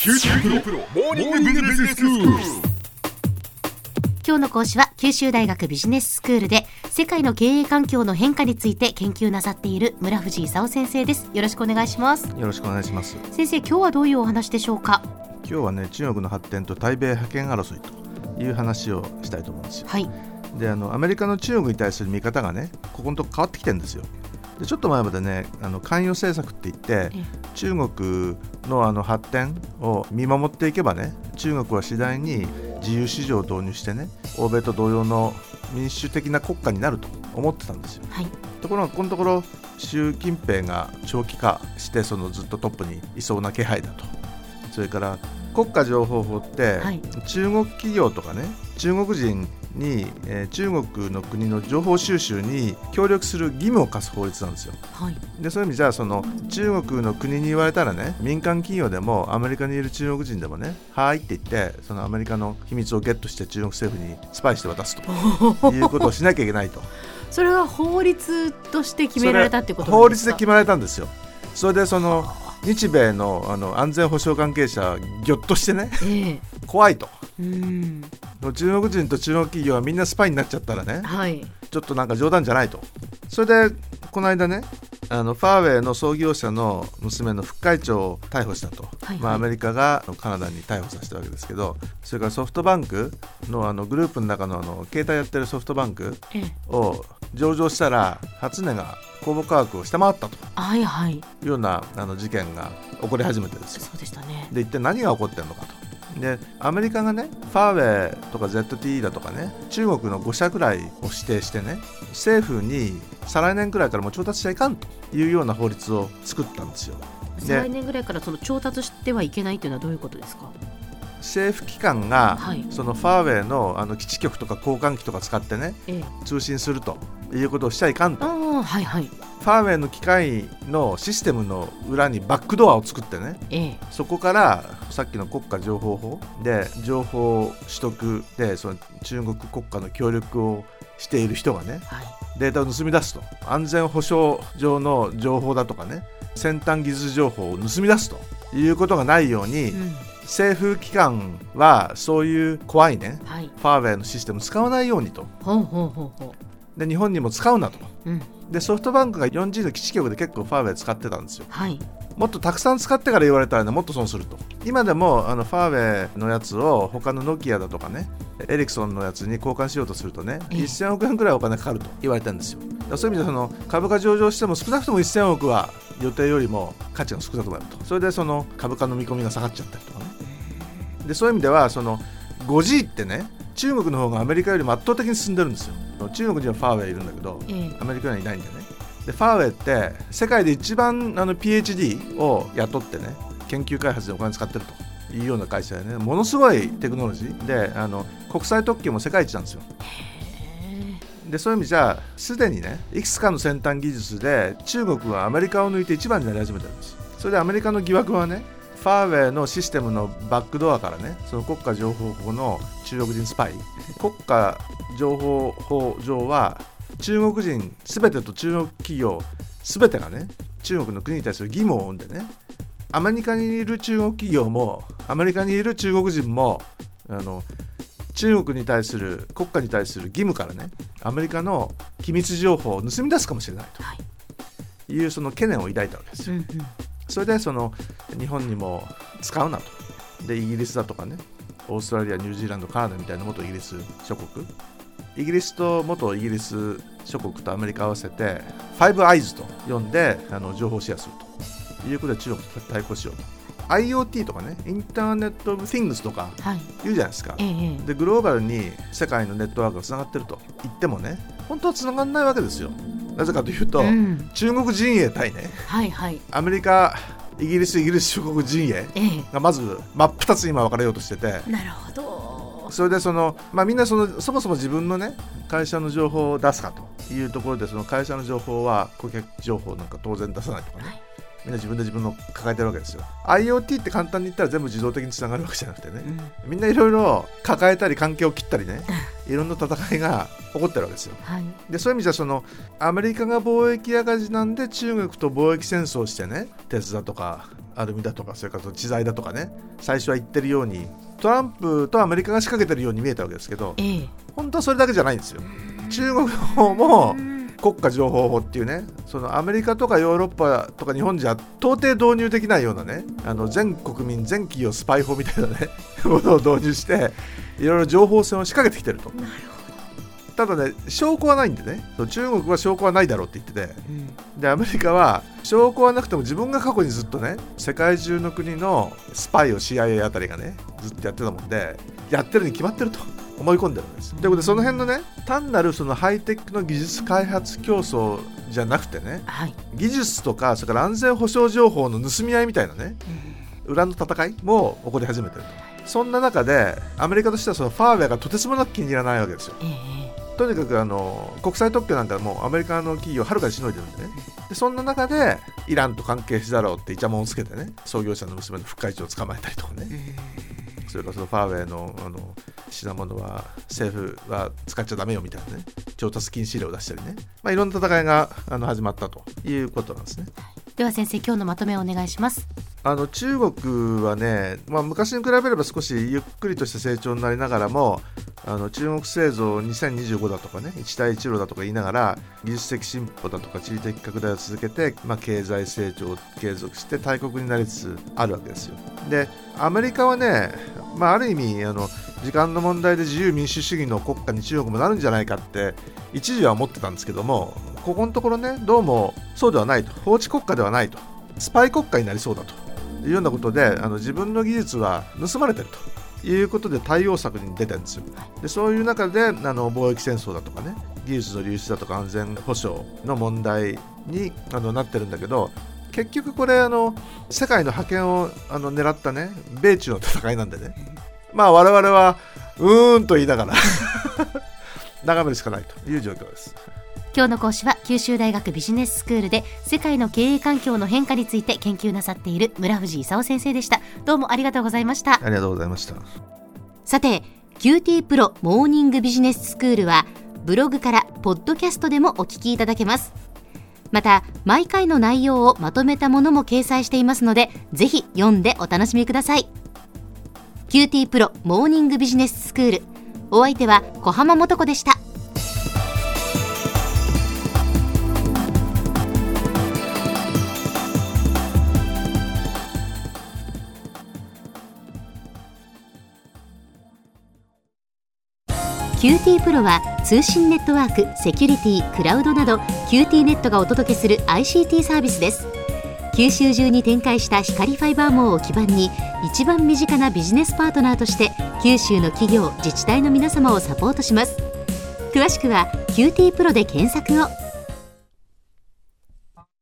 九州大学モーニングビジネススクール。 今日の講師は九州大学ビジネススクールで世界の経営環境の変化について研究なさっている村藤勲先生です。よろしくお願いします。 よろしくお願いします。 先生、今日はどういうお話でしょうか？ 今日はね、中国の発展と対米覇権争いという話をしたいと思うんですよ。 はい。 で、アメリカの中国に対する見方がね、ここのとこ変わってきてるんですよ。で、ちょっと前までね、関与政策って言って中国の発展を見守っていけばね、中国は次第に自由市場を導入してね、欧米と同様の民主的な国家になると思ってたんですよ。 はい。 ところがこのところ習近平が長期化してずっとトップにいそうな気配だと。それから国家情報法って、はい、中国企業とかね、中国人に、中国の国の情報収集に協力する義務を課す法律なんですよ。 はい。 で、そういう意味じゃその中国の国に言われたらね、民間企業でもアメリカにいる中国人でもね、はいって言ってそのアメリカの秘密をゲットして中国政府にスパイして渡すということをしなきゃいけないと。 それは法律として決められたってことなんですか？ 法律で決められたんですよ。それでその日米の、安全保障関係者ぎょっとしてね、怖いと。中国人と中国企業はみんなスパイになっちゃったらね、はい、ちょっとなんか冗談じゃないと。それでこの間ね、ファーウェイの創業者の娘の副会長を逮捕したと、はいはい、アメリカがカナダに逮捕させたわけですけど、それからソフトバンクの、グループの中の、携帯やってるソフトバンクを上場したら初値が公募価格を下回ったと、 はいはい、 いうような事件が起こり始めてですよ。 そうでしたね。 で、一体何が起こってるのかと。で、アメリカがね、ファーウェイとか ZTE だとかね、中国の5社くらいを指定してね、政府に再来年くらいからもう調達しちゃいかんというような法律を作ったんですよ。 再来年ぐらいからその調達してはいけないというのはどういうことですか？ 政府機関が、はい、そのファーウェイの基地局とか交換機とか使ってね、通信するということをしちゃいかんと。 はいはい、 ファーウェイの機械のシステムの裏にバックドアを作ってね、そこからさっきの国家情報法で情報取得でその中国国家の協力をしている人がね、はい、データを盗み出すと。安全保障上の情報だとかね、先端技術情報を盗み出すということがないように、政府機関はそういう怖いね、はい、ファーウェイのシステムを使わないようにと。で、日本にも使うなと、で、ソフトバンクが 4G の基地局で結構ファーウェイ使ってたんですよ。はい、もっとたくさん使ってから言われたらね、もっと損すると。今でもファーウェイのやつを他のノキアだとかね、エリクソンのやつに交換しようとするとね、1000億円くらいお金かかると言われてるんですよ。だからそういう意味で株価上場しても少なくとも1000億は予定よりも価値が少なくなると。それでその株価の見込みが下がっちゃったりとかね。で、そういう意味ではその 5G ってね、中国の方がアメリカよりも圧倒的に進んでるんですよ。中国にはファーウェイいるんだけど、アメリカにはいないんだよね。で、ファーウェイって世界で一番PhD を雇ってね、研究開発でお金使ってるというような会社でね、ものすごいテクノロジーで国際特許も世界一なんですよ。で、そういう意味じゃすでにね、いくつかの先端技術で中国はアメリカを抜いて一番になり始めてるんです。それでアメリカの疑惑はね、ファーウェイのシステムのバックドアからね、その国家情報法の中国人スパイ、国家情報法上は中国人すべてと中国企業すべてがね、中国の国に対する義務を負うんでね、アメリカにいる中国企業もアメリカにいる中国人も中国に対する国家に対する義務からね、アメリカの機密情報を盗み出すかもしれないというその懸念を抱いたわけですよ。それでその日本にも使うなと。で、イギリスだとかね、オーストラリア、ニュージーランド、カナダみたいな元イギリス諸国、イギリスと元イギリス諸国とアメリカ合わせてファイブアイズと呼んで情報シェアするということで中国と対抗しようと。IoT とかね、インターネットオブ・シングスとか言うじゃないですか、で、グローバルに世界のネットワークがつながってると言ってもね、本当はつながらないわけですよ。なぜかというと、中国陣営対ね、アメリカ、イギリス諸国陣営がまず真っ二つに今分かれようとしてて、 なるほど。 それでみんなそもそも自分のね、会社の情報を出すかというところで、その会社の情報は顧客情報なんか当然出さないとかね、 みんな自分で自分の抱えてるわけですよ。 IoT って簡単に言ったら全部自動的につながるわけじゃなくてね、みんないろいろ抱えたり関係を切ったりね、いろんな戦いが起こってるわけですよ、でそういう意味じゃそのアメリカが貿易赤字なんで中国と貿易戦争をしてね、鉄だとかアルミだとかそれから知財だとかね、最初は言ってるようにトランプとアメリカが仕掛けてるように見えたわけですけど、本当はそれだけじゃないんですよ。中国の方も国家情報法っていうね、そのアメリカとかヨーロッパとか日本じゃ到底導入できないようなね、全国民全企業スパイ法みたいなねものを導入していろいろ情報戦を仕掛けてきてると。ただね、証拠はないんでね、中国は証拠はないだろうって言ってて、でアメリカは証拠はなくても自分が過去にずっとね、世界中の国のスパイを CIA あたりがねずっとやってたもんで、やってるに決まってると思い込んでるんです。ということでその辺のね、単なるそのハイテクの技術開発競争じゃなくてね、技術とかそれから安全保障情報の盗み合いみたいなね、裏の戦いも起こり始めてると。そんな中でアメリカとしてはそのファーウェイがとてつもなく気に入らないわけですよ、とにかく国際特許なんかもアメリカの企業はるかにしのいでるんでね。でそんな中でイランと関係しだろうってイチャモンをつけてね、創業者の娘の副会長を捕まえたりとかね、それからそのファーウェイの品物は政府は使っちゃダメよみたいなね、調達禁止令を出したりね、いろんな戦いが始まったということなんですね。 では先生、今日のまとめをお願いします。 中国はね、昔に比べれば少しゆっくりとした成長になりながらも、中国製造2025だとかね、一帯一路だとか言いながら技術的進歩だとか地理的拡大を続けて、経済成長を継続して大国になりつつあるわけですよ。でアメリカはね、ある意味時間の問題で自由民主主義の国家に中国もなるんじゃないかって一時は思ってたんですけども、ここのところね、どうもそうではないと、法治国家ではないと、スパイ国家になりそうだというようなことで、自分の技術は盗まれてるということで対応策に出てるんですよ。でそういう中で貿易戦争だとかね、技術の流出だとか安全保障の問題になってるんだけど、結局これ世界の覇権を狙ったね、米中の戦いなんでね、我々はと言いながら眺めるしかないという状況です。 今日の講師は九州大学ビジネススクールで世界の経営環境の変化について研究なさっている村藤勲先生でした。どうもありがとうございました。 ありがとうございました。 さて QT プロモーニングビジネススクールはブログからポッドキャストでもお聞きいただけます。また毎回の内容をまとめたものも掲載していますので、ぜひ読んでお楽しみください。 QT プロモーニングビジネススクール、お相手は小浜もとこでした。QT プロは通信ネットワーク、セキュリティ、クラウドなど QT ネットがお届けする ICT サービスです。九州中に展開した光ファイバー網を基盤に一番身近なビジネスパートナーとして九州の企業、自治体の皆様をサポートします。詳しくは QT プロで検索を。